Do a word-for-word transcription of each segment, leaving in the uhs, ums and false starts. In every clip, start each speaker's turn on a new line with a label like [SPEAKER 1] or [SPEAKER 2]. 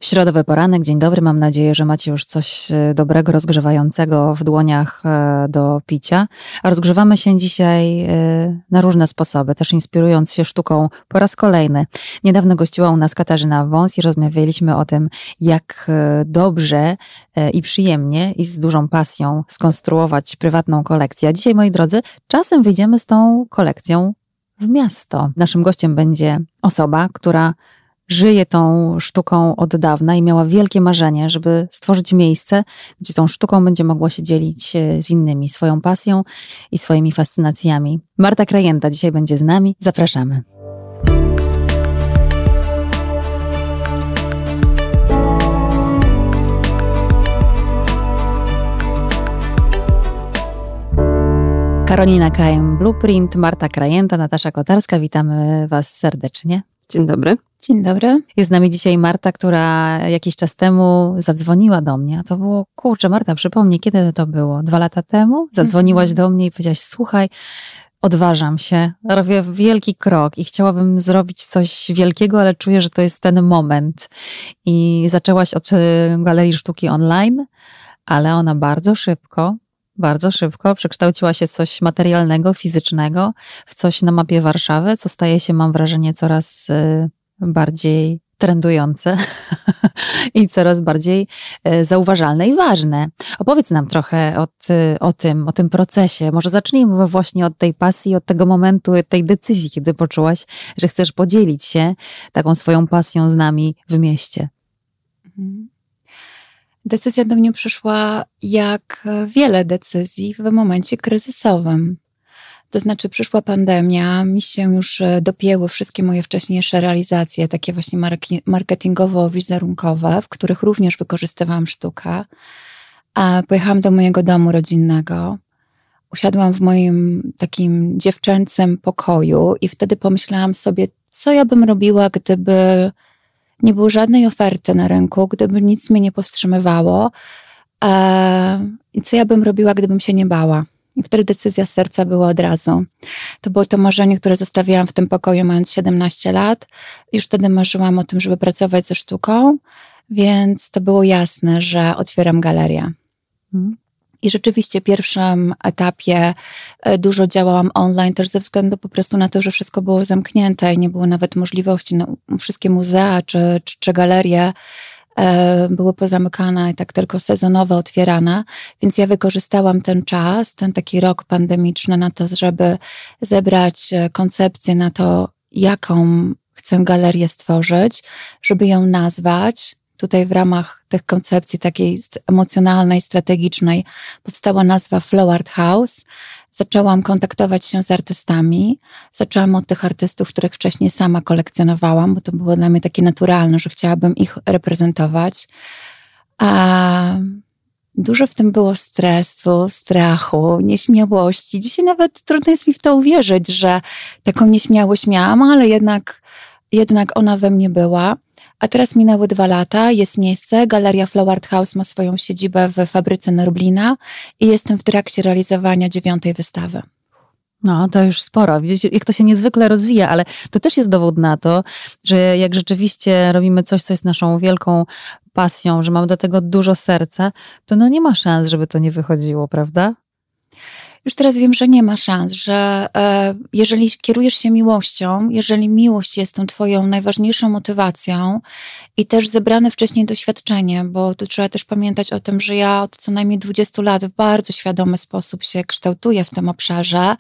[SPEAKER 1] Środowy poranek, dzień dobry. Mam nadzieję, że macie już coś dobrego, rozgrzewającego w dłoniach do picia. A rozgrzewamy się dzisiaj na różne sposoby, też inspirując się sztuką po raz kolejny. Niedawno gościła u nas Katarzyna Wąs i rozmawialiśmy o tym, jak dobrze i przyjemnie i z dużą pasją skonstruować prywatną kolekcję. A dzisiaj, moi drodzy, czasem wyjdziemy z tą kolekcją w miasto. Naszym gościem będzie osoba, która żyje tą sztuką od dawna i miała wielkie marzenie, żeby stworzyć miejsce, gdzie tą sztuką będzie mogła się dzielić z innymi, swoją pasją i swoimi fascynacjami. Marta Krajenta dzisiaj będzie z nami. Zapraszamy. Karolina Kajem, Blueprint, Marta Krajenta, Natasza Kotarska. Witamy Was serdecznie.
[SPEAKER 2] Dzień dobry.
[SPEAKER 3] Dzień dobry.
[SPEAKER 1] Jest z nami dzisiaj Marta, która jakiś czas temu zadzwoniła do mnie. A to było, kurczę, Marta, przypomnij, kiedy to było? Dwa lata temu? Zadzwoniłaś mm-hmm. do mnie i powiedziałaś, słuchaj, odważam się, robię wielki krok i chciałabym zrobić coś wielkiego, ale czuję, że to jest ten moment. I zaczęłaś od Galerii Sztuki Online, ale ona bardzo szybko, bardzo szybko przekształciła się w coś materialnego, fizycznego, w coś na mapie Warszawy, co staje się, mam wrażenie, coraz bardziej trendujące i coraz bardziej zauważalne i ważne. Opowiedz nam trochę od, o tym, o tym procesie. Może zacznijmy właśnie od tej pasji, od tego momentu, od tej decyzji, kiedy poczułaś, że chcesz podzielić się taką swoją pasją z nami w mieście.
[SPEAKER 3] Decyzja do mnie przyszła jak wiele decyzji w momencie kryzysowym. To znaczy przyszła pandemia, mi się już dopięły wszystkie moje wcześniejsze realizacje, takie właśnie marketingowo-wizerunkowe, w których również wykorzystywałam sztukę. A pojechałam do mojego domu rodzinnego, usiadłam w moim takim dziewczęcym pokoju i wtedy pomyślałam sobie, co ja bym robiła, gdyby nie było żadnej oferty na rynku, gdyby nic mnie nie powstrzymywało i co ja bym robiła, gdybym się nie bała. I wtedy decyzja serca była od razu. To było to marzenie, które zostawiłam w tym pokoju mając siedemnaście lat. Już wtedy marzyłam o tym, żeby pracować ze sztuką, więc to było jasne, że otwieram galerię. Hmm. I rzeczywiście w pierwszym etapie dużo działałam online, też ze względu po prostu na to, że wszystko było zamknięte i nie było nawet możliwości. No, wszystkie muzea czy, czy, czy galerie e, były pozamykane i tak tylko sezonowo otwierane, więc ja wykorzystałam ten czas, ten taki rok pandemiczny na to, żeby zebrać koncepcję na to, jaką chcę galerię stworzyć, żeby ją nazwać. Tutaj w ramach tych koncepcji takiej emocjonalnej, strategicznej powstała nazwa Flow Art House. Zaczęłam kontaktować się z artystami. Zaczęłam od tych artystów, których wcześniej sama kolekcjonowałam, bo to było dla mnie takie naturalne, że chciałabym ich reprezentować. A dużo w tym było stresu, strachu, nieśmiałości. Dzisiaj nawet trudno jest mi w to uwierzyć, że taką nieśmiałość miałam, ale jednak, jednak ona we mnie była. A teraz minęły dwa lata, jest miejsce, Galeria Flow Art House ma swoją siedzibę w fabryce Norblina i jestem w trakcie realizowania dziewiątej wystawy.
[SPEAKER 1] No, to już sporo. Widzicie, jak to się niezwykle rozwija, ale to też jest dowód na to, że jak rzeczywiście robimy coś, co jest naszą wielką pasją, że mamy do tego dużo serca, to no nie ma szans, żeby to nie wychodziło, prawda?
[SPEAKER 3] Już teraz wiem, że nie ma szans, że e, jeżeli kierujesz się miłością, jeżeli miłość jest tą twoją najważniejszą motywacją i też zebrane wcześniej doświadczenie, bo tu trzeba też pamiętać o tym, że ja od co najmniej dwudziestu lat w bardzo świadomy sposób się kształtuję w tym obszarze,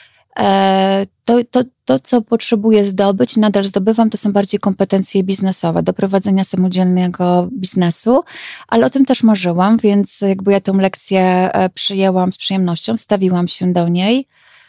[SPEAKER 3] e, to, to, to, co potrzebuję zdobyć, nadal zdobywam, to są bardziej kompetencje biznesowe, do prowadzenia samodzielnego biznesu, ale o tym też marzyłam, więc jakby ja tę lekcję przyjęłam z przyjemnością, stawiłam się do niej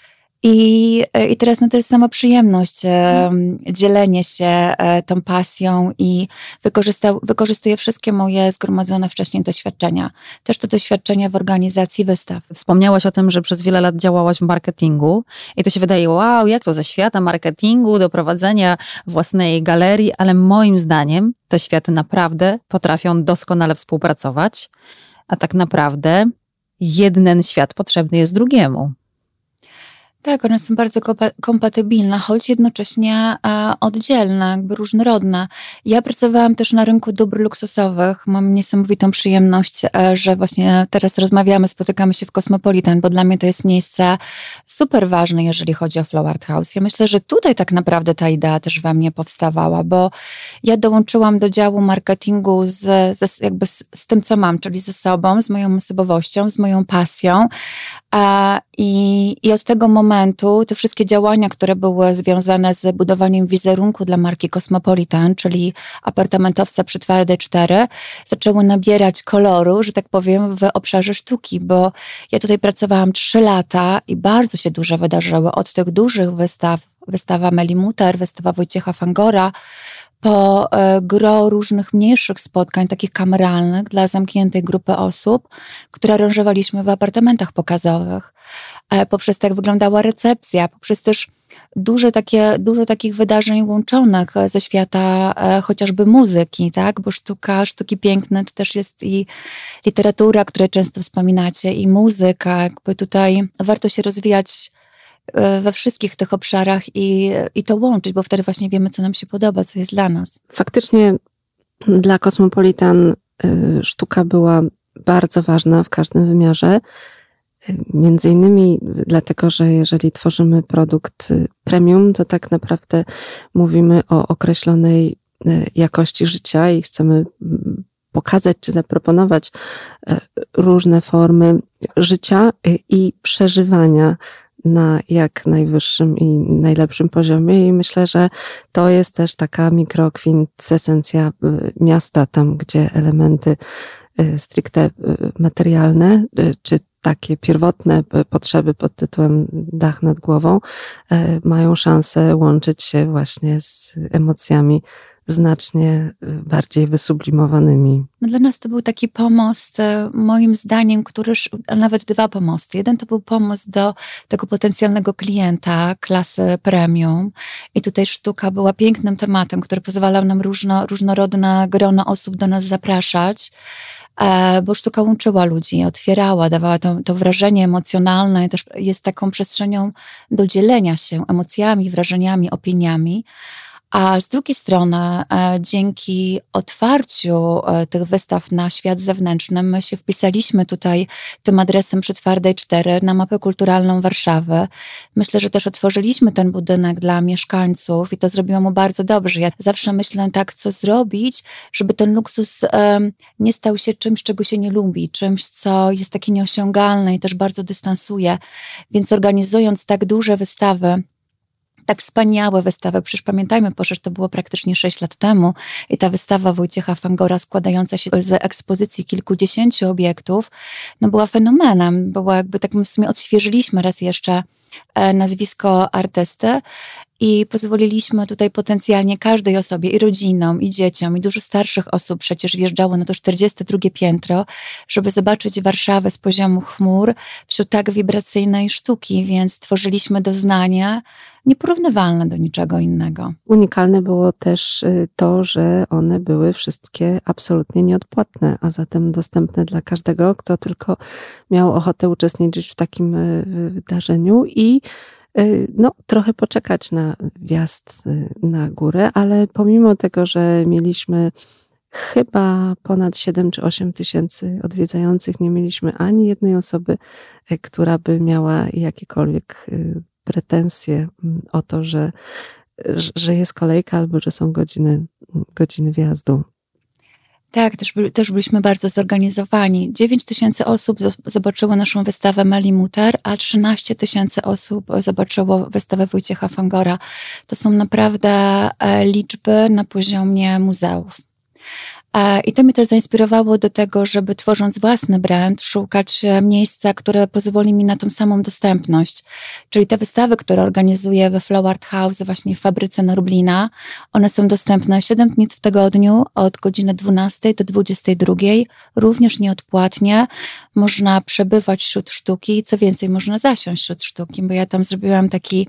[SPEAKER 3] i, i teraz no to jest sama przyjemność, hmm. dzielenie się tą pasją i wykorzystuję wszystkie moje zgromadzone wcześniej doświadczenia. Też to doświadczenia w organizacji wystaw.
[SPEAKER 1] Wspomniałaś o tym, że przez wiele lat działałaś w marketingu i to się wydaje, wow, jak to ze świata marketingu do prowadzenia własnej galerii, ale moim zdaniem te światy naprawdę potrafią doskonale współpracować, a tak naprawdę jeden świat potrzebny jest drugiemu.
[SPEAKER 3] Tak, one są bardzo kompatybilne, choć jednocześnie e, oddzielne, jakby różnorodne. Ja pracowałam też na rynku dóbr luksusowych. Mam niesamowitą przyjemność, e, że właśnie teraz rozmawiamy, spotykamy się w Cosmopolitan, bo dla mnie to jest miejsce super ważne, jeżeli chodzi o Flow Art House. Ja myślę, że tutaj tak naprawdę ta idea też we mnie powstawała, bo ja dołączyłam do działu marketingu z, z, jakby z, z tym, co mam, czyli ze sobą, z moją osobowością, z moją pasją. A, i, I od tego momentu te wszystkie działania, które były związane z budowaniem wizerunku dla marki Cosmopolitan, czyli apartamentowca przy Twardej cztery, zaczęły nabierać koloru, że tak powiem, w obszarze sztuki, bo ja tutaj pracowałam trzy lata i bardzo się dużo wydarzyło. Od tych dużych wystaw, wystawa Meli Mutter, wystawa Wojciecha Fangora, po gro różnych mniejszych spotkań, takich kameralnych dla zamkniętej grupy osób, które aranżowaliśmy w apartamentach pokazowych. Poprzez to, jak wyglądała recepcja, poprzez też duże takie, dużo takich wydarzeń łączonych ze świata chociażby muzyki, tak? Bo sztuka, sztuki piękne to też jest i literatura, której często wspominacie, i muzyka. Jakby tutaj warto się rozwijać we wszystkich tych obszarach i, i to łączyć, bo wtedy właśnie wiemy, co nam się podoba, co jest dla nas.
[SPEAKER 2] Faktycznie dla Cosmopolitan sztuka była bardzo ważna w każdym wymiarze. Między innymi dlatego, że jeżeli tworzymy produkt premium, to tak naprawdę mówimy o określonej jakości życia i chcemy pokazać czy zaproponować różne formy życia i przeżywania na jak najwyższym i najlepszym poziomie i myślę, że to jest też taka mikrokwintesencja miasta, tam gdzie elementy stricte materialne, czy takie pierwotne potrzeby pod tytułem dach nad głową mają szansę łączyć się właśnie z emocjami znacznie bardziej wysublimowanymi.
[SPEAKER 3] Dla nas to był taki pomost, moim zdaniem, który, a nawet dwa pomosty. Jeden to był pomost do tego potencjalnego klienta klasy premium i tutaj sztuka była pięknym tematem, który pozwalał nam różno, różnorodne grono osób do nas zapraszać, bo sztuka łączyła ludzi, otwierała, dawała to, to wrażenie emocjonalne, też jest taką przestrzenią do dzielenia się emocjami, wrażeniami, opiniami. A z drugiej strony, dzięki otwarciu tych wystaw na świat zewnętrzny, my się wpisaliśmy tutaj tym adresem przy Twardej cztery na mapę kulturalną Warszawy. Myślę, że też otworzyliśmy ten budynek dla mieszkańców i to zrobiło mu bardzo dobrze. Ja zawsze myślę tak, co zrobić, żeby ten luksus nie stał się czymś, czego się nie lubi, czymś, co jest takie nieosiągalne i też bardzo dystansuje. Więc organizując tak duże wystawy, tak wspaniałe wystawy, przecież pamiętajmy, że to było praktycznie sześć lat temu i ta wystawa Wojciecha Fangora składająca się z ekspozycji kilkudziesięciu obiektów, no była fenomenem, była jakby tak, my w sumie odświeżyliśmy raz jeszcze nazwisko artysty i pozwoliliśmy tutaj potencjalnie każdej osobie, i rodzinom, i dzieciom, i dużo starszych osób przecież wjeżdżało na to czterdzieste drugie piętro, żeby zobaczyć Warszawę z poziomu chmur wśród tak wibracyjnej sztuki, więc tworzyliśmy doznanie nieporównywalne do niczego innego.
[SPEAKER 2] Unikalne było też to, że one były wszystkie absolutnie nieodpłatne, a zatem dostępne dla każdego, kto tylko miał ochotę uczestniczyć w takim wydarzeniu i no, trochę poczekać na wjazd na górę, ale pomimo tego, że mieliśmy chyba ponad siedem czy osiem tysięcy odwiedzających, nie mieliśmy ani jednej osoby, która by miała jakiekolwiek pretensje o to, że, że jest kolejka albo że są godziny, godziny wjazdu.
[SPEAKER 3] Tak, też, też byliśmy bardzo zorganizowani. dziewięć tysięcy osób zobaczyło naszą wystawę Meli Mutter, a trzynaście tysięcy osób zobaczyło wystawę Wojciecha Fangora. To są naprawdę liczby na poziomie muzeów. I to mnie też zainspirowało do tego, żeby tworząc własny brand, szukać miejsca, które pozwoli mi na tą samą dostępność. Czyli te wystawy, które organizuję we Flow Art House, właśnie w fabryce Norblina, one są dostępne siedem dni w tygodniu, od godziny dwunastej do dwudziestej drugiej, również nieodpłatnie. Można przebywać wśród sztuki i co więcej, można zasiąść wśród sztuki, bo ja tam zrobiłam taki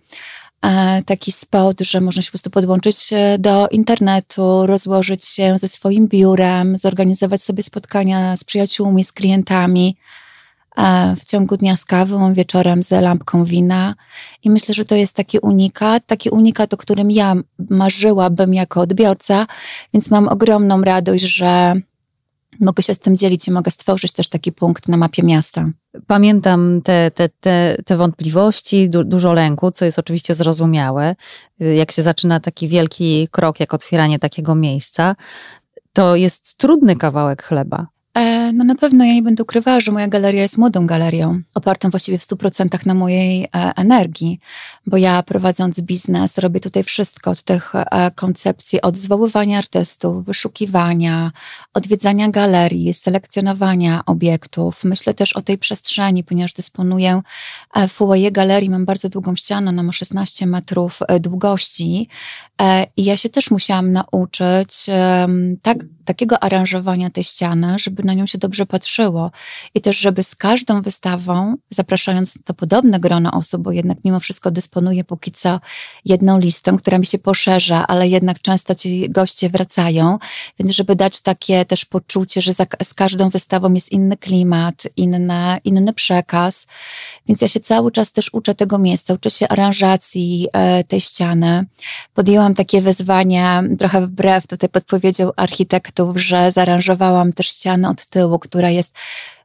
[SPEAKER 3] taki spot, że można się po prostu podłączyć do internetu, rozłożyć się ze swoim biurem, zorganizować sobie spotkania z przyjaciółmi, z klientami. w ciągu dnia z kawą, wieczorem z lampką wina i myślę, że to jest taki unikat, taki unikat, o którym ja marzyłabym jako odbiorca, więc mam ogromną radość, że mogę się z tym dzielić i mogę stworzyć też taki punkt na mapie miasta.
[SPEAKER 1] Pamiętam te, te, te, te wątpliwości, du, dużo lęku, co jest oczywiście zrozumiałe. Jak się zaczyna taki wielki krok, jak otwieranie takiego miejsca, to jest trudny kawałek chleba.
[SPEAKER 3] No na pewno ja nie będę ukrywała, że moja galeria jest młodą galerią, opartą właściwie w stu procentach na mojej energii, bo ja prowadząc biznes robię tutaj wszystko od tych koncepcji, od zwoływania artystów, wyszukiwania, odwiedzania galerii, selekcjonowania obiektów. Myślę też o tej przestrzeni, ponieważ dysponuję foyer galerii, mam bardzo długą ścianę, ona ma szesnaście metrów długości i ja się też musiałam nauczyć tak, takiego aranżowania tej ściany, żeby na nią się dobrze patrzyło i też, żeby z każdą wystawą, zapraszając to podobne grono osób, bo jednak mimo wszystko dysponuję póki co jedną listą, która mi się poszerza, ale jednak często ci goście wracają, więc żeby dać takie też poczucie, że za, z każdą wystawą jest inny klimat, inny, inny przekaz, więc ja się cały czas też uczę tego miejsca, uczę się aranżacji e, tej ściany. Podjęłam takie wyzwanie, trochę wbrew tutaj podpowiedzią architektów, że zaaranżowałam też ścianę od tyłu, która jest,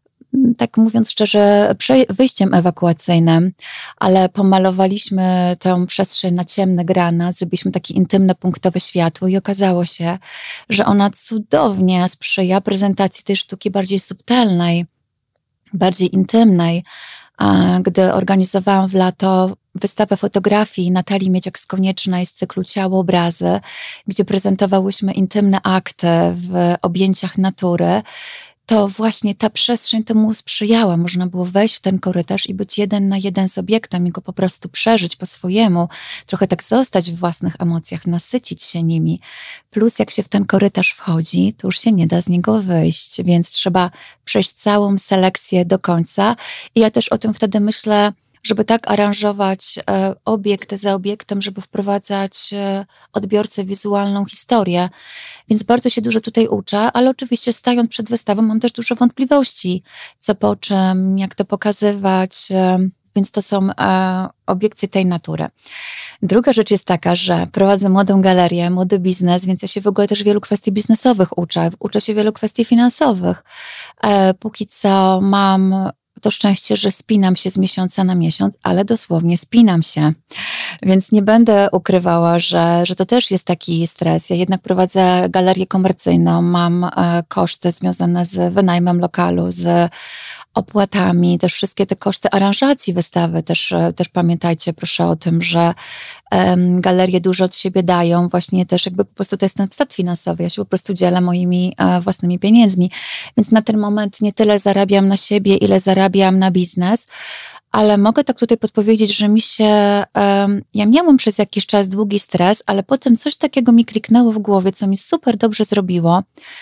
[SPEAKER 3] tak mówiąc szczerze, wyjściem ewakuacyjnym, ale pomalowaliśmy tę przestrzeń na ciemne grana, zrobiliśmy takie intymne, punktowe światło i okazało się, że ona cudownie sprzyja prezentacji tej sztuki bardziej subtelnej, bardziej intymnej. A gdy organizowałam w lato wystawę fotografii Natalii Miedziak-Koniecznej z cyklu Ciało, obrazy, gdzie prezentowałyśmy intymne akty w objęciach natury, to właśnie ta przestrzeń temu sprzyjała. Można było wejść w ten korytarz i być jeden na jeden z obiektem i go po prostu przeżyć po swojemu, trochę tak zostać w własnych emocjach, nasycić się nimi. Plus jak się w ten korytarz wchodzi, to już się nie da z niego wyjść, więc trzeba przejść całą selekcję do końca. I ja też o tym wtedy myślę, żeby tak aranżować e, obiekt za obiektem, żeby wprowadzać e, odbiorcę w wizualną historię. Więc bardzo się dużo tutaj uczę, ale oczywiście stając przed wystawą mam też dużo wątpliwości, co po czym, jak to pokazywać, e, więc to są e, obiekcje tej natury. Druga rzecz jest taka, że prowadzę młodą galerię, młody biznes, więc ja się w ogóle też wielu kwestii biznesowych uczę. Uczę się wielu kwestii finansowych. E, póki co mam to szczęście, że spinam się z miesiąca na miesiąc, ale dosłownie spinam się. Więc nie będę ukrywała, że, że to też jest taki stres. Ja jednak prowadzę galerię komercyjną, mam e, koszty związane z wynajmem lokalu, z opłatami, też wszystkie te koszty aranżacji wystawy. Też, też pamiętajcie proszę o tym, że um, galerie dużo od siebie dają. Właśnie też jakby po prostu to jest ten wkład finansowy. Ja się po prostu dzielę moimi e, własnymi pieniędzmi. Więc na ten moment nie tyle zarabiam na siebie, ile zarabiam na biznes. Ale mogę tak tutaj podpowiedzieć, że mi się, um, ja miałam przez jakiś czas długi stres, ale potem coś takiego mi kliknęło w głowie, co mi super dobrze zrobiło.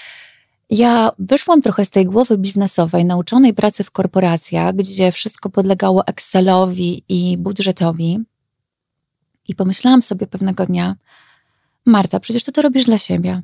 [SPEAKER 3] Ja wyszłam trochę z tej głowy biznesowej, nauczonej pracy w korporacjach, gdzie wszystko podlegało Excelowi i budżetowi. I pomyślałam sobie pewnego dnia, Marta, przecież ty to robisz dla siebie.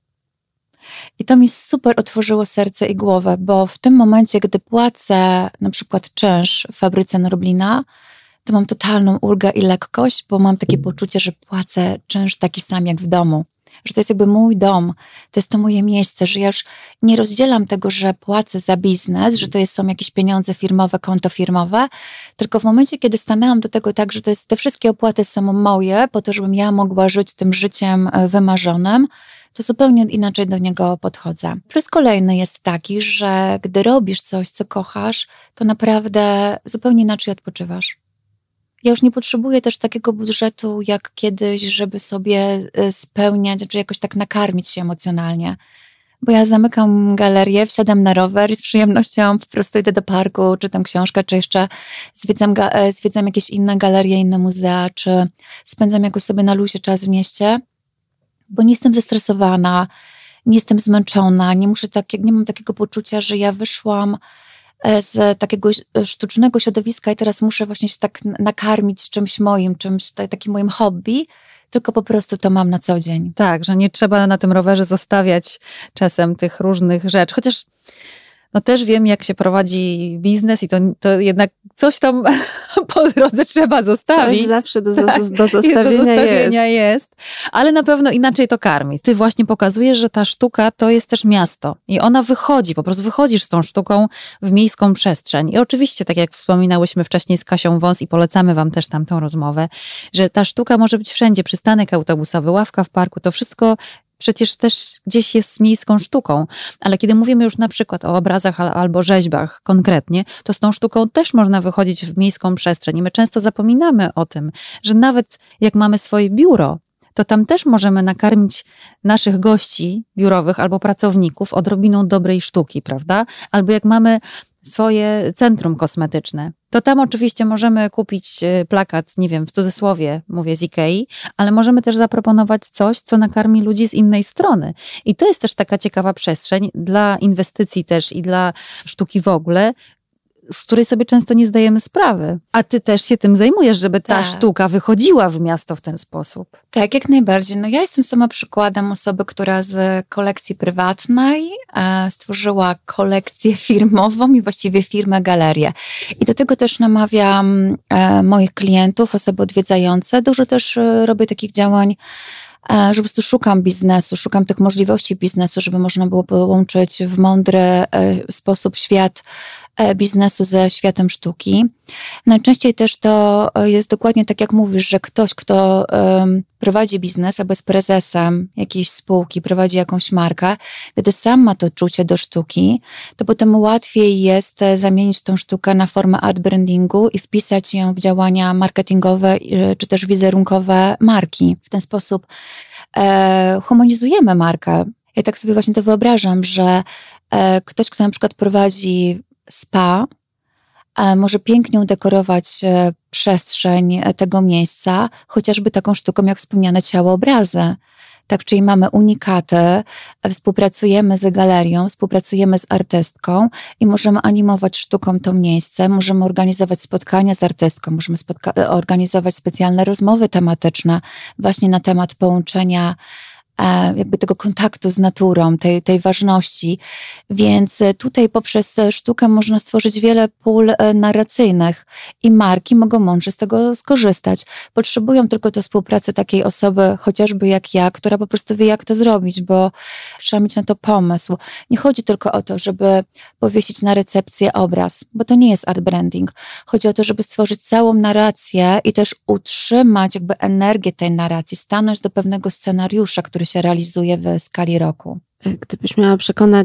[SPEAKER 3] I to mi super otworzyło serce i głowę, bo w tym momencie, gdy płacę na przykład czynsz w fabryce Norblina, to mam totalną ulgę i lekkość, bo mam takie poczucie, że płacę czynsz taki sam jak w domu. Że to jest jakby mój dom, to jest to moje miejsce, że ja już nie rozdzielam tego, że płacę za biznes, że to jest, są jakieś pieniądze firmowe, konto firmowe, tylko w momencie, kiedy stanęłam do tego tak, że to jest, te wszystkie opłaty są moje, po to, żebym ja mogła żyć tym życiem wymarzonym, to zupełnie inaczej do niego podchodzę. Plus kolejny jest taki, że gdy robisz coś, co kochasz, to naprawdę zupełnie inaczej odpoczywasz. Ja już nie potrzebuję też takiego budżetu jak kiedyś, żeby sobie spełniać, czy jakoś tak nakarmić się emocjonalnie. Bo ja zamykam galerię, wsiadam na rower i z przyjemnością po prostu idę do parku, czytam książkę, czy jeszcze zwiedzam, zwiedzam jakieś inne galerie, inne muzea, czy spędzam jakoś sobie na luzie czas w mieście, bo nie jestem zestresowana, nie jestem zmęczona, nie muszę tak, nie mam takiego poczucia, że ja wyszłam z takiego sztucznego środowiska i teraz muszę właśnie się tak nakarmić czymś moim, czymś takim moim hobby, tylko po prostu to mam na co dzień.
[SPEAKER 1] Tak, że nie trzeba na tym rowerze zostawiać czasem tych różnych rzeczy. Chociaż no też wiem, jak się prowadzi biznes i to, to jednak coś tam po drodze trzeba zostawić.
[SPEAKER 2] Coś zawsze do,
[SPEAKER 1] tak,
[SPEAKER 2] do zostawienia,
[SPEAKER 1] do zostawienia jest.
[SPEAKER 2] jest.
[SPEAKER 1] Ale na pewno inaczej to karmić. Ty właśnie pokazujesz, że ta sztuka to jest też miasto i ona wychodzi, po prostu wychodzisz z tą sztuką w miejską przestrzeń. I oczywiście, tak jak wspominałyśmy wcześniej z Kasią Wąs i polecamy wam też tamtą rozmowę, że ta sztuka może być wszędzie, przystanek autobusowy, ławka w parku, to wszystko przecież też gdzieś jest miejską sztuką, ale kiedy mówimy już na przykład o obrazach albo rzeźbach konkretnie, to z tą sztuką też można wychodzić w miejską przestrzeń i my często zapominamy o tym, że nawet jak mamy swoje biuro, to tam też możemy nakarmić naszych gości biurowych albo pracowników odrobiną dobrej sztuki, prawda? Albo jak mamy swoje centrum kosmetyczne, to tam oczywiście możemy kupić plakat, nie wiem, w cudzysłowie mówię z Ikei, ale możemy też zaproponować coś, co nakarmi ludzi z innej strony. I to jest też taka ciekawa przestrzeń dla inwestycji też i dla sztuki w ogóle, z której sobie często nie zdajemy sprawy. A ty też się tym zajmujesz, żeby ta
[SPEAKER 3] tak.
[SPEAKER 1] sztuka wychodziła w miasto w ten sposób.
[SPEAKER 3] Tak, jak najbardziej. No ja jestem sama przykładem osoby, która z kolekcji prywatnej e, stworzyła kolekcję firmową i właściwie firmę galerię. I do tego też namawiam e, moich klientów, osoby odwiedzające. Dużo też e, robię takich działań, że po prostu szukam biznesu, szukam tych możliwości biznesu, żeby można było połączyć w mądry sposób świat biznesu ze światem sztuki. Najczęściej też to jest dokładnie tak, jak mówisz, że ktoś, kto um, prowadzi biznes albo jest prezesem jakiejś spółki, prowadzi jakąś markę, gdy sam ma to czucie do sztuki, to potem łatwiej jest zamienić tą sztukę na formę art brandingu i wpisać ją w działania marketingowe czy też wizerunkowe marki. W ten sposób e, humanizujemy markę. Ja tak sobie właśnie to wyobrażam, że e, ktoś, kto na przykład prowadzi spa, może pięknie udekorować przestrzeń tego miejsca, chociażby taką sztuką jak wspomniane ciało-obrazy. Tak, czyli mamy unikaty, współpracujemy z galerią, współpracujemy z artystką i możemy animować sztuką to miejsce, możemy organizować spotkania z artystką, możemy spotka- organizować specjalne rozmowy tematyczne właśnie na temat połączenia jakby tego kontaktu z naturą, tej, tej ważności. Więc tutaj poprzez sztukę można stworzyć wiele pól narracyjnych i marki mogą mądrze z tego skorzystać. Potrzebują tylko do współpracy takiej osoby, chociażby jak ja, która po prostu wie, jak to zrobić, bo trzeba mieć na to pomysł. Nie chodzi tylko o to, żeby powiesić na recepcję obraz, bo to nie jest art branding. Chodzi o to, żeby stworzyć całą narrację i też utrzymać jakby energię tej narracji, stanąć do pewnego scenariusza, który się realizuje w skali roku.
[SPEAKER 2] Gdybyś miała przekonać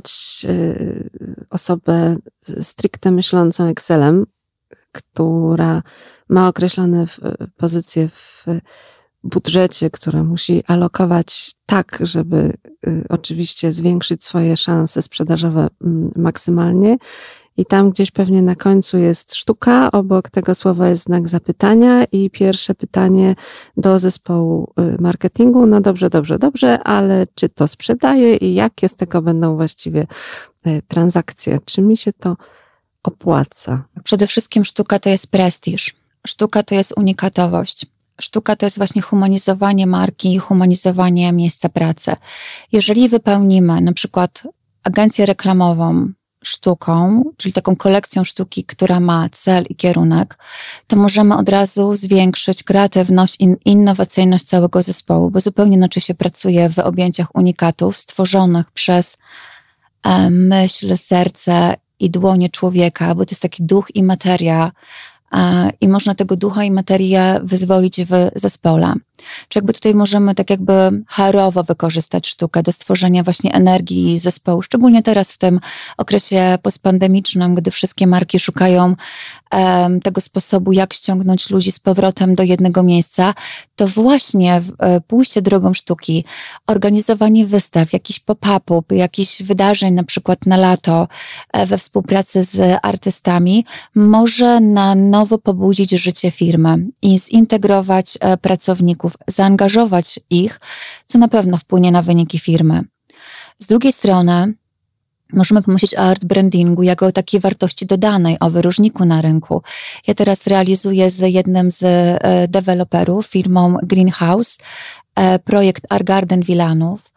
[SPEAKER 2] osobę stricte myślącą Excelem, która ma określone pozycje w budżecie, która musi alokować tak, żeby oczywiście zwiększyć swoje szanse sprzedażowe maksymalnie, i tam gdzieś pewnie na końcu jest sztuka, obok tego słowa jest znak zapytania i pierwsze pytanie do zespołu marketingu, no dobrze, dobrze, dobrze, ale czy to sprzedaje i jakie z tego będą właściwie transakcje? Czy mi się to opłaca?
[SPEAKER 3] Przede wszystkim sztuka to jest prestiż. Sztuka to jest unikatowość. Sztuka to jest właśnie humanizowanie marki, humanizowanie miejsca pracy. Jeżeli wypełnimy na przykład agencję reklamową sztuką, czyli taką kolekcją sztuki, która ma cel i kierunek, to możemy od razu zwiększyć kreatywność i innowacyjność całego zespołu, bo zupełnie inaczej się pracuje w objęciach unikatów stworzonych przez e, myśl, serce i dłonie człowieka, bo to jest taki duch i materia, e, i można tego ducha i materię wyzwolić w zespole. Czy jakby tutaj możemy tak jakby H R-owo wykorzystać sztukę do stworzenia właśnie energii zespołu, szczególnie teraz w tym okresie postpandemicznym, gdy wszystkie marki szukają um, tego sposobu, jak ściągnąć ludzi z powrotem do jednego miejsca, to właśnie e, pójście drogą sztuki, organizowanie wystaw, jakiś pop-upów, jakichś wydarzeń na przykład na lato e, we współpracy z artystami może na nowo pobudzić życie firmy i zintegrować e, pracowników, zaangażować ich, co na pewno wpłynie na wyniki firmy. Z drugiej strony możemy pomyśleć o art brandingu jako o takiej wartości dodanej, o wyróżniku na rynku. Ja teraz realizuję z jednym z deweloperów, firmą Greenhouse, projekt Art Garden Wilanów,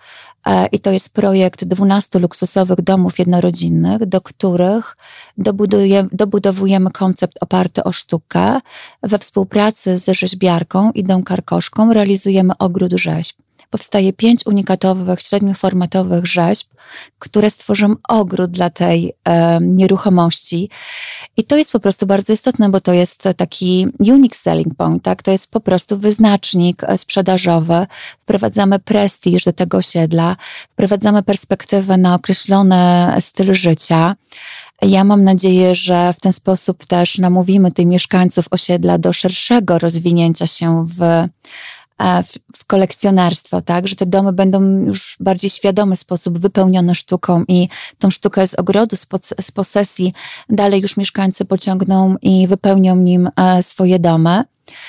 [SPEAKER 3] I to jest projekt dwunastu luksusowych domów jednorodzinnych, do których dobudujemy, dobudowujemy koncept oparty o sztukę. We współpracy z rzeźbiarką Idą Karkoszką realizujemy ogród rzeźb. Powstaje pięć unikatowych, średnioformatowych rzeźb, które stworzą ogród dla tej e, nieruchomości. I to jest po prostu bardzo istotne, bo to jest taki unique selling point, tak? To jest po prostu wyznacznik sprzedażowy. Wprowadzamy prestiż do tego osiedla, wprowadzamy perspektywę na określony styl życia. Ja mam nadzieję, że w ten sposób też namówimy tych mieszkańców osiedla do szerszego rozwinięcia się w W, w kolekcjonerstwo, tak, że te domy będą już w bardziej świadomy sposób wypełnione sztuką i tą sztukę z ogrodu, z, po, z posesji dalej już mieszkańcy pociągną i wypełnią nim e, swoje domy.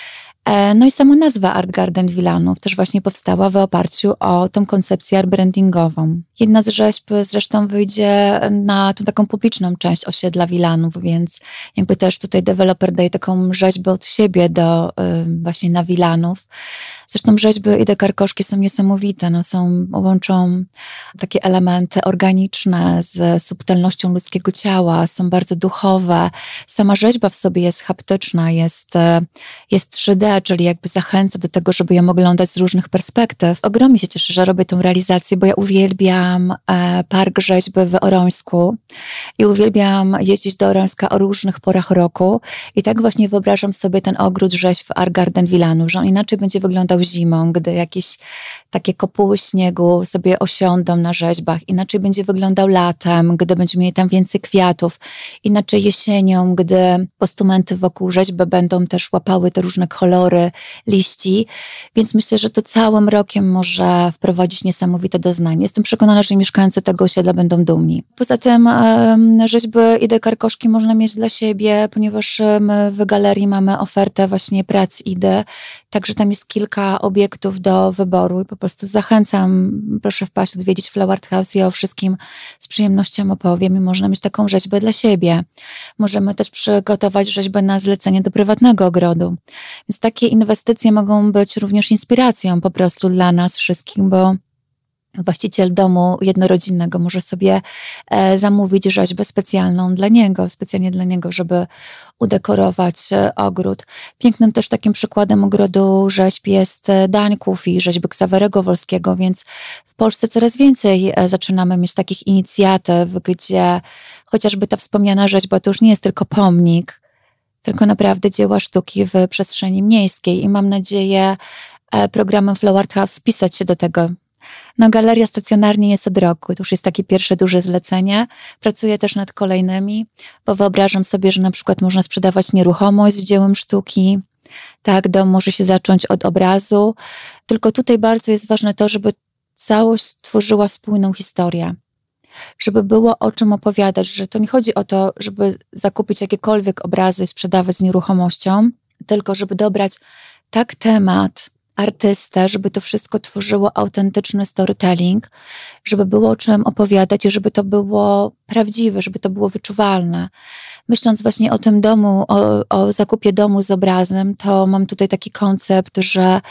[SPEAKER 3] E, no i sama nazwa Art Garden Wilanów też właśnie powstała w oparciu o tą koncepcję art brandingową. Jedna z rzeźb zresztą wyjdzie na tą taką publiczną część osiedla Wilanów, więc jakby też tutaj deweloper daje taką rzeźbę od siebie do y, właśnie na Wilanów. Zresztą rzeźby Idy Karkoszki są niesamowite, no są, łączą takie elementy organiczne z subtelnością ludzkiego ciała, są bardzo duchowe. Sama rzeźba w sobie jest haptyczna, jest, jest trzy D, czyli jakby zachęca do tego, żeby ją oglądać z różnych perspektyw. Ogromnie się cieszę, że robię tą realizację, bo ja uwielbiam park rzeźby w Orońsku i uwielbiam jeździć do Orońska o różnych porach roku i tak właśnie wyobrażam sobie ten ogród rzeźb w Art Garden Wilanów, że on inaczej będzie wyglądał zimą, gdy jakieś takie kopuły śniegu sobie osiądą na rzeźbach. Inaczej będzie wyglądał latem, gdy będziemy mieli tam więcej kwiatów. Inaczej jesienią, gdy postumenty wokół rzeźby będą też łapały te różne kolory liści. Więc myślę, że to całym rokiem może wprowadzić niesamowite doznanie. Jestem przekonana, że mieszkańcy tego osiedla będą dumni. Poza tym um, rzeźby Idy Karkoszki można mieć dla siebie, ponieważ my w galerii mamy ofertę właśnie prac Idy, także tam jest kilka obiektów do wyboru i po prostu zachęcam, proszę wpaść, odwiedzić Flow Art House i o wszystkim z przyjemnością opowiem i można mieć taką rzeźbę dla siebie. Możemy też przygotować rzeźbę na zlecenie do prywatnego ogrodu. Więc takie inwestycje mogą być również inspiracją po prostu dla nas wszystkich, bo właściciel domu jednorodzinnego może sobie e, zamówić rzeźbę specjalną dla niego, specjalnie dla niego, żeby udekorować e, ogród. Pięknym też takim przykładem ogrodu rzeźb jest e, Dańków i rzeźby Ksawerego Wolskiego, więc w Polsce coraz więcej e, zaczynamy mieć takich inicjatyw, gdzie chociażby ta wspomniana rzeźba to już nie jest tylko pomnik, tylko naprawdę dzieła sztuki w przestrzeni miejskiej i mam nadzieję e, programem Flow Art House wpisać się do tego. No, galeria stacjonarnie jest od roku, to już jest takie pierwsze duże zlecenie. Pracuję też nad kolejnymi, bo wyobrażam sobie, że na przykład można sprzedawać nieruchomość z dziełem sztuki. Tak, dom może się zacząć od obrazu. Tylko tutaj bardzo jest ważne to, żeby całość tworzyła spójną historię. Żeby było o czym opowiadać, że to nie chodzi o to, żeby zakupić jakiekolwiek obrazy i sprzedawać z nieruchomością, tylko żeby dobrać tak temat, artystę, żeby to wszystko tworzyło autentyczny storytelling, żeby było o czym opowiadać i żeby to było prawdziwe, żeby to było wyczuwalne. Myśląc właśnie o tym domu, o, o zakupie domu z obrazem, to mam tutaj taki koncept, że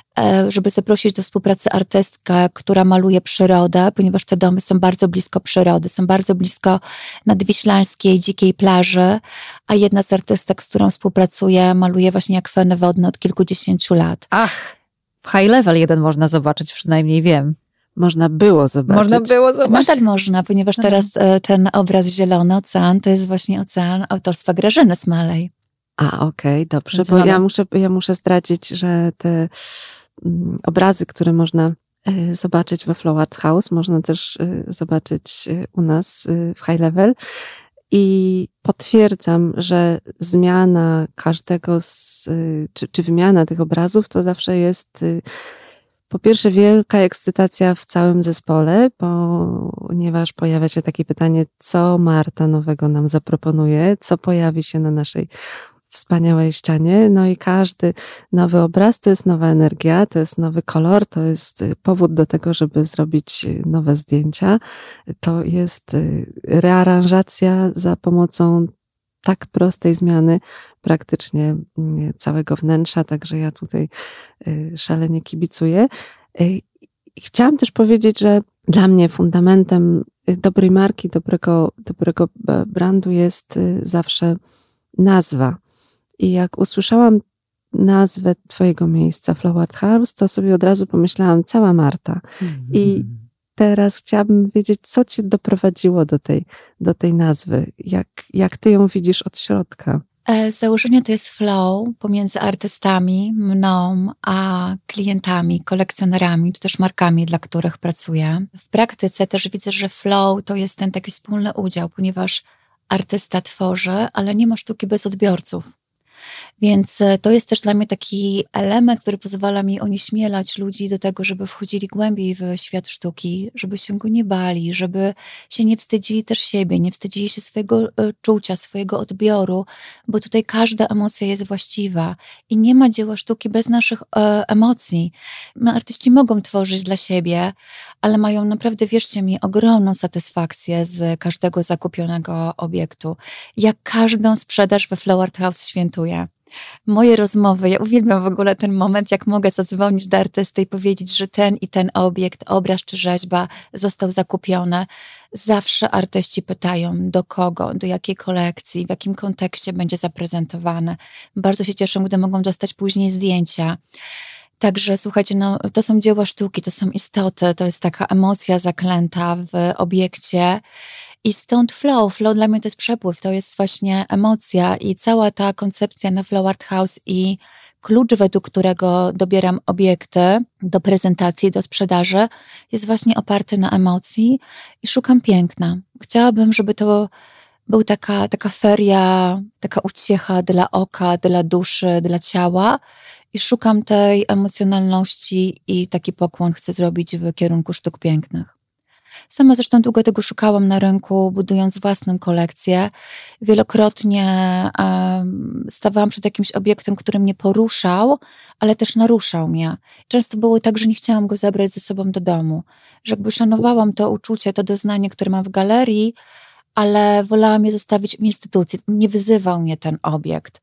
[SPEAKER 3] żeby zaprosić do współpracy artystkę, która maluje przyrodę, ponieważ te domy są bardzo blisko przyrody, są bardzo blisko nadwiślańskiej, dzikiej plaży, a jedna z artystek, z którą współpracuję, maluje właśnie akweny wodne od kilkudziesięciu lat.
[SPEAKER 1] Ach, High Level jeden można zobaczyć, przynajmniej wiem.
[SPEAKER 2] Można było zobaczyć.
[SPEAKER 1] Można było zobaczyć.
[SPEAKER 3] Nadal można, ponieważ teraz ten obraz Zielony Ocean to jest właśnie ocean autorstwa Grażyny Smalej.
[SPEAKER 2] A, okej, okay, dobrze, bo ja muszę, ja muszę zdradzić, że te um, obrazy, które można y, zobaczyć we Flow Art House, można też y, zobaczyć y, u nas y, w High Level. I potwierdzam, że zmiana każdego z, czy, czy wymiana tych obrazów to zawsze jest po pierwsze wielka ekscytacja w całym zespole, ponieważ pojawia się takie pytanie, co Marta nowego nam zaproponuje, co pojawi się na naszej wspaniałej ścianie. No i każdy nowy obraz to jest nowa energia, to jest nowy kolor, to jest powód do tego, żeby zrobić nowe zdjęcia. To jest rearanżacja za pomocą tak prostej zmiany praktycznie całego wnętrza, także ja tutaj szalenie kibicuję. I chciałam też powiedzieć, że dla mnie fundamentem dobrej marki, dobrego, dobrego brandu jest zawsze nazwa. I jak usłyszałam nazwę twojego miejsca, Flow Art House, to sobie od razu pomyślałam, cała Marta. Mm. I teraz chciałabym wiedzieć, co cię doprowadziło do tej, do tej nazwy? Jak, jak ty ją widzisz od środka?
[SPEAKER 3] Z założenia to jest flow pomiędzy artystami, mną, a klientami, kolekcjonerami, czy też markami, dla których pracuję. W praktyce też widzę, że flow to jest ten taki wspólny udział, ponieważ artysta tworzy, ale nie ma sztuki bez odbiorców. Więc to jest też dla mnie taki element, który pozwala mi onieśmielać ludzi do tego, żeby wchodzili głębiej w świat sztuki, żeby się go nie bali, żeby się nie wstydzili też siebie, nie wstydzili się swojego czucia, swojego odbioru, bo tutaj każda emocja jest właściwa i nie ma dzieła sztuki bez naszych e, emocji. No, artyści mogą tworzyć dla siebie, ale mają naprawdę, wierzcie mi, ogromną satysfakcję z każdego zakupionego obiektu. Jak każdą sprzedaż we Flow Art House świętuję. Moje rozmowy, ja uwielbiam w ogóle ten moment, jak mogę zadzwonić do artysty i powiedzieć, że ten i ten obiekt, obraz czy rzeźba został zakupiony. Zawsze artyści pytają, do kogo, do jakiej kolekcji, w jakim kontekście będzie zaprezentowane. Bardzo się cieszę, gdy mogą dostać później zdjęcia. Także słuchajcie, no, to są dzieła sztuki, to są istoty, to jest taka emocja zaklęta w obiekcie. I stąd flow. Flow dla mnie to jest przepływ, to jest właśnie emocja i cała ta koncepcja na Flow Art House i klucz, według którego dobieram obiekty do prezentacji, do sprzedaży, jest właśnie oparty na emocji i szukam piękna. Chciałabym, żeby to był taka, taka feria, taka uciecha dla oka, dla duszy, dla ciała i szukam tej emocjonalności i taki pokłon chcę zrobić w kierunku sztuk pięknych. Sama zresztą długo tego szukałam na rynku, budując własną kolekcję. Wielokrotnie um, stawałam przed jakimś obiektem, który mnie poruszał, ale też naruszał mnie. Często było tak, że nie chciałam go zabrać ze sobą do domu. Że jakby szanowałam to uczucie, to doznanie, które mam w galerii, ale wolałam je zostawić w instytucji. Nie wyzywał mnie ten obiekt.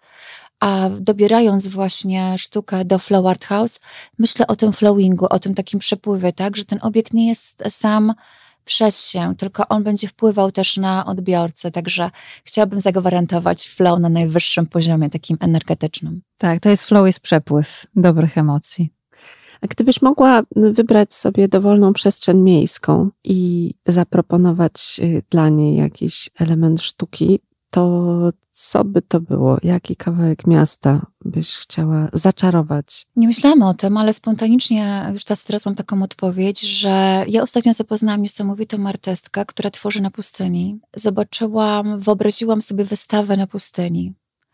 [SPEAKER 3] A dobierając właśnie sztukę do Flow Art House, myślę o tym flowingu, o tym takim przepływie, tak, że ten obiekt nie jest sam przez się, tylko on będzie wpływał też na odbiorcę, także chciałabym zagwarantować flow na najwyższym poziomie, takim energetycznym.
[SPEAKER 1] Tak, to jest flow, jest przepływ dobrych emocji.
[SPEAKER 2] A gdybyś mogła wybrać sobie dowolną przestrzeń miejską i zaproponować dla niej jakiś element sztuki, to co by to było? Jaki kawałek miasta byś chciała zaczarować?
[SPEAKER 3] Nie myślałam o tym, ale spontanicznie już teraz mam taką odpowiedź, że ja ostatnio zapoznałam niesamowitą artystkę, która tworzy na pustyni. Zobaczyłam, wyobraziłam sobie wystawę na pustyni.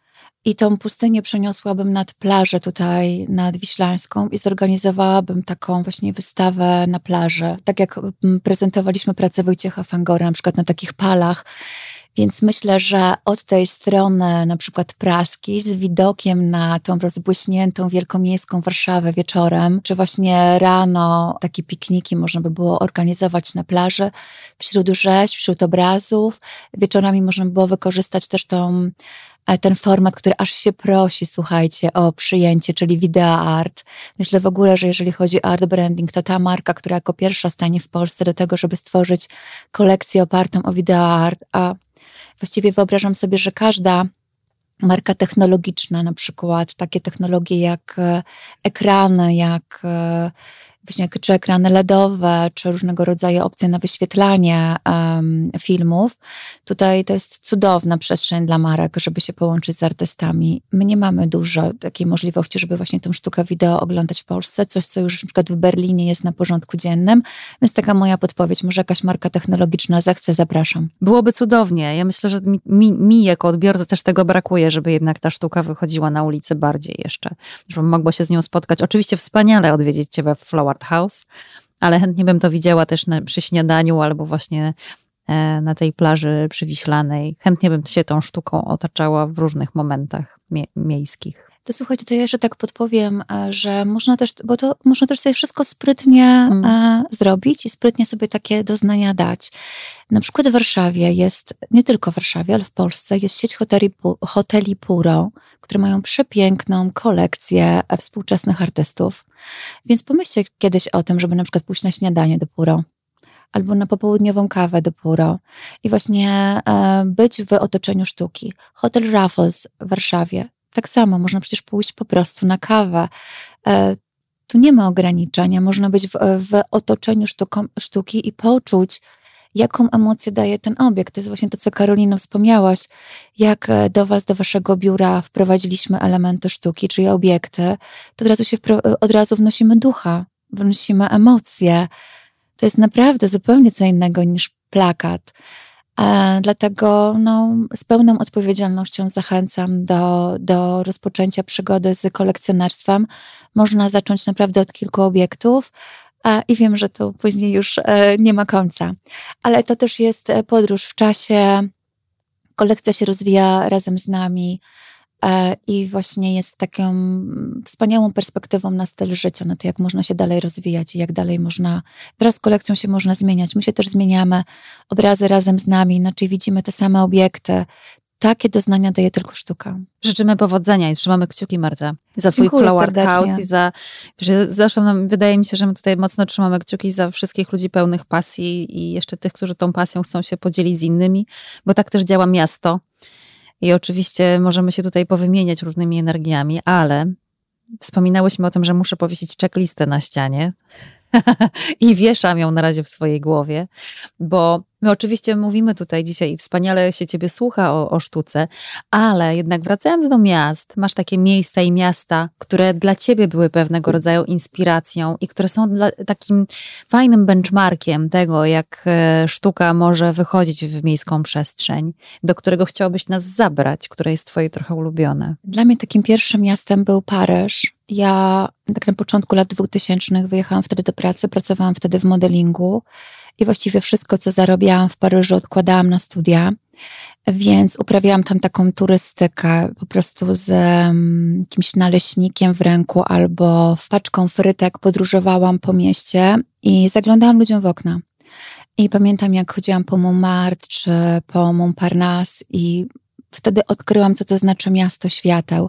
[SPEAKER 3] I tą pustynię przeniosłabym nad plażę tutaj, nad Wiślańską i zorganizowałabym taką właśnie wystawę na plaży. Tak jak prezentowaliśmy pracę Wojciecha Fangora, na przykład na takich palach. Więc myślę, że od tej strony na przykład praskiej z widokiem na tą rozbłyśniętą wielkomiejską Warszawę wieczorem, czy właśnie rano takie pikniki można by było organizować na plaży wśród rzeźb, wśród obrazów. Wieczorami można by było wykorzystać też tą, ten format, który aż się prosi, słuchajcie, o przyjęcie, czyli video art. Myślę w ogóle, że jeżeli chodzi o art branding, to ta marka, która jako pierwsza stanie w Polsce do tego, żeby stworzyć kolekcję opartą o video art, a właściwie wyobrażam sobie, że każda marka technologiczna, na przykład takie technologie jak ekrany, jak właśnie czy ekrany ledowe, czy różnego rodzaju opcje na wyświetlanie um, filmów. Tutaj to jest cudowna przestrzeń dla marek, żeby się połączyć z artystami. My nie mamy dużo takiej możliwości, żeby właśnie tę sztukę wideo oglądać w Polsce, coś, co już na przykład w Berlinie jest na porządku dziennym. Więc taka moja podpowiedź, może jakaś marka technologiczna zechce, zapraszam.
[SPEAKER 1] Byłoby cudownie. Ja myślę, że mi, mi, mi jako odbiorcy też tego brakuje, żeby jednak ta sztuka wychodziła na ulicę bardziej jeszcze, żebym mogła się z nią spotkać. Oczywiście wspaniale odwiedzić cię we Flow Art House, ale chętnie bym to widziała też na, przy śniadaniu albo właśnie e, na tej plaży przywiślanej. Chętnie bym się tą sztuką otaczała w różnych momentach mie- miejskich.
[SPEAKER 3] To słuchajcie, to ja jeszcze tak podpowiem, że można też, bo to można też sobie wszystko sprytnie hmm. e, zrobić i sprytnie sobie takie doznania dać. Na przykład w Warszawie jest, nie tylko w Warszawie, ale w Polsce jest sieć hoteli, hoteli Puro, które mają przepiękną kolekcję współczesnych artystów. Więc pomyślcie kiedyś o tym, żeby na przykład pójść na śniadanie do Puro albo na popołudniową kawę do Puro i właśnie e, być w otoczeniu sztuki. Hotel Raffles w Warszawie. Tak samo, można przecież pójść po prostu na kawę. E, tu nie ma ograniczenia, można być w, w otoczeniu sztuką, sztuki i poczuć, jaką emocję daje ten obiekt. To jest właśnie to, co Karolino wspomniałaś, jak do was, do waszego biura wprowadziliśmy elementy sztuki, czyli obiekty, to od razu, się, od razu wnosimy ducha, wnosimy emocje. To jest naprawdę zupełnie co innego niż plakat. E, dlatego no, z pełną odpowiedzialnością zachęcam do, do rozpoczęcia przygody z kolekcjonerstwem. Można zacząć naprawdę od kilku obiektów e, i wiem, że to później już e, nie ma końca. Ale to też jest podróż w czasie. Kolekcja się rozwija razem z nami e, i właśnie jest taką wspaniałą perspektywą na styl życia, na to, jak można się dalej rozwijać i jak dalej można, wraz z kolekcją się można zmieniać. My się też zmieniamy, obrazy razem z nami, inaczej widzimy te same obiekty. Takie doznania daje tylko sztuka.
[SPEAKER 1] Życzymy powodzenia i trzymamy kciuki, Marta, za twój
[SPEAKER 3] Dziękuję
[SPEAKER 1] Flow Art
[SPEAKER 3] serdecznie.
[SPEAKER 1] House i za, że zresztą nam, wydaje mi się, że my tutaj mocno trzymamy kciuki za wszystkich ludzi pełnych pasji i jeszcze tych, którzy tą pasją chcą się podzielić z innymi, bo tak też działa miasto. I oczywiście możemy się tutaj powymieniać różnymi energiami, ale wspominałyśmy o tym, że muszę powiesić checklistę na ścianie i wieszam ją na razie w swojej głowie, bo my oczywiście mówimy tutaj dzisiaj i wspaniale się ciebie słucha o, o sztuce, ale jednak wracając do miast, masz takie miejsca i miasta, które dla ciebie były pewnego rodzaju inspiracją i które są dla, takim fajnym benchmarkiem tego, jak e, sztuka może wychodzić w miejską przestrzeń, do którego chciałabyś nas zabrać, które jest twoje trochę ulubione.
[SPEAKER 3] Dla mnie takim pierwszym miastem był Paryż. Ja tak na początku lat dwutysięcznych wyjechałam wtedy do pracy, pracowałam wtedy w modelingu i właściwie wszystko, co zarabiałam w Paryżu, odkładałam na studia, więc uprawiałam tam taką turystykę po prostu z um, jakimś naleśnikiem w ręku albo w paczką frytek podróżowałam po mieście i zaglądałam ludziom w okna. I pamiętam, jak chodziłam po Montmartre czy po Montparnasse i wtedy odkryłam, co to znaczy miasto świateł.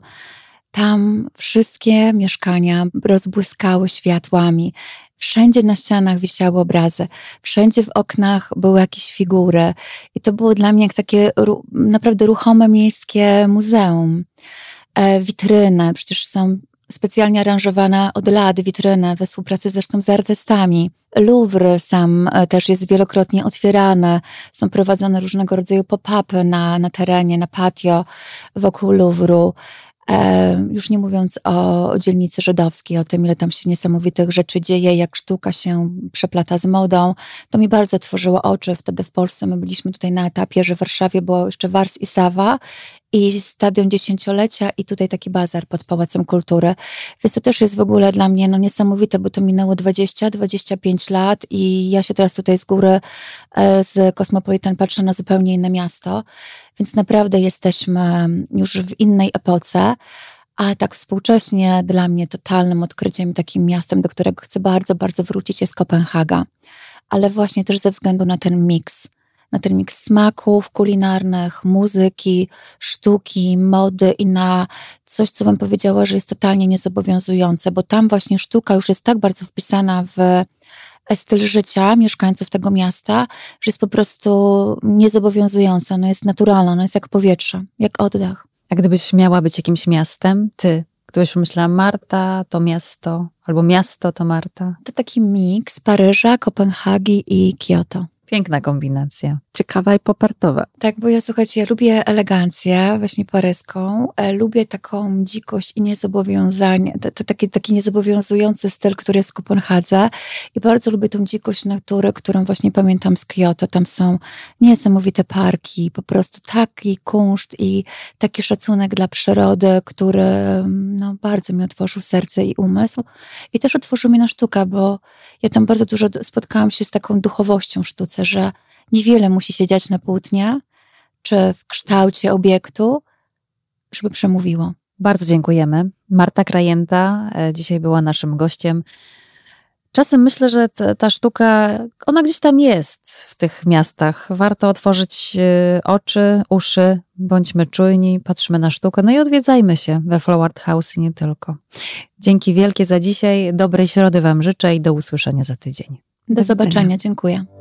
[SPEAKER 3] Tam wszystkie mieszkania rozbłyskały światłami. Wszędzie na ścianach wisiały obrazy. Wszędzie w oknach były jakieś figury. I to było dla mnie jak takie naprawdę ruchome miejskie muzeum. E, witryny, przecież są specjalnie aranżowane od lat witryny we współpracy zresztą z artystami. Louvre sam też jest wielokrotnie otwierany. Są prowadzone różnego rodzaju pop-upy na, na terenie, na patio wokół Louvru. E, już nie mówiąc o, o dzielnicy żydowskiej, o tym, ile tam się niesamowitych rzeczy dzieje, jak sztuka się przeplata z modą. To mi bardzo otworzyło oczy. Wtedy w Polsce my byliśmy tutaj na etapie, że w Warszawie było jeszcze Wars i Sawa i Stadion Dziesięciolecia i tutaj taki bazar pod Pałacem Kultury. Więc to też jest w ogóle dla mnie no, niesamowite, bo to minęło dwadzieścia dwadzieścia pięć lat i ja się teraz tutaj z góry e, z Cosmopolitan patrzę na zupełnie inne miasto. Więc naprawdę jesteśmy już w innej epoce, a tak współcześnie dla mnie totalnym odkryciem, takim miastem, do którego chcę bardzo, bardzo wrócić, jest Kopenhaga. Ale właśnie też ze względu na ten miks, na ten miks smaków kulinarnych, muzyki, sztuki, mody i na coś, co bym powiedziała, że jest totalnie niezobowiązujące, bo tam właśnie sztuka już jest tak bardzo wpisana w styl życia mieszkańców tego miasta, że jest po prostu niezobowiązująca, ona jest naturalna, ona jest jak powietrze, jak oddech.
[SPEAKER 1] A gdybyś miała być jakimś miastem, ty, gdybyś pomyślała Marta to miasto, albo miasto to Marta?
[SPEAKER 3] To taki miks Paryża, Kopenhagi i Kyoto.
[SPEAKER 1] Piękna kombinacja.
[SPEAKER 2] Ciekawa i popartowa.
[SPEAKER 3] Tak, bo ja słuchajcie, ja lubię elegancję właśnie paryską, e, lubię taką dzikość i niezobowiązanie, to, to taki, taki niezobowiązujący styl, który jest w Kopenhadze i bardzo lubię tą dzikość natury, którą właśnie pamiętam z Kyoto. Tam są niesamowite parki, po prostu taki kunszt i taki szacunek dla przyrody, który no, bardzo mi otworzył serce i umysł i też otworzył mnie na sztukę, bo ja tam bardzo dużo spotkałam się z taką duchowością w sztuce, że niewiele musi się dziać na płótnie, czy w kształcie obiektu, żeby przemówiło.
[SPEAKER 1] Bardzo dziękujemy. Marta Krajęta dzisiaj była naszym gościem. Czasem myślę, że ta, ta sztuka, ona gdzieś tam jest w tych miastach. Warto otworzyć oczy, uszy, bądźmy czujni, patrzmy na sztukę, no i odwiedzajmy się we Flow Art House i nie tylko. Dzięki wielkie za dzisiaj, dobrej środy Wam życzę i do usłyszenia za tydzień.
[SPEAKER 3] Do, do zobaczenia, dziękuję.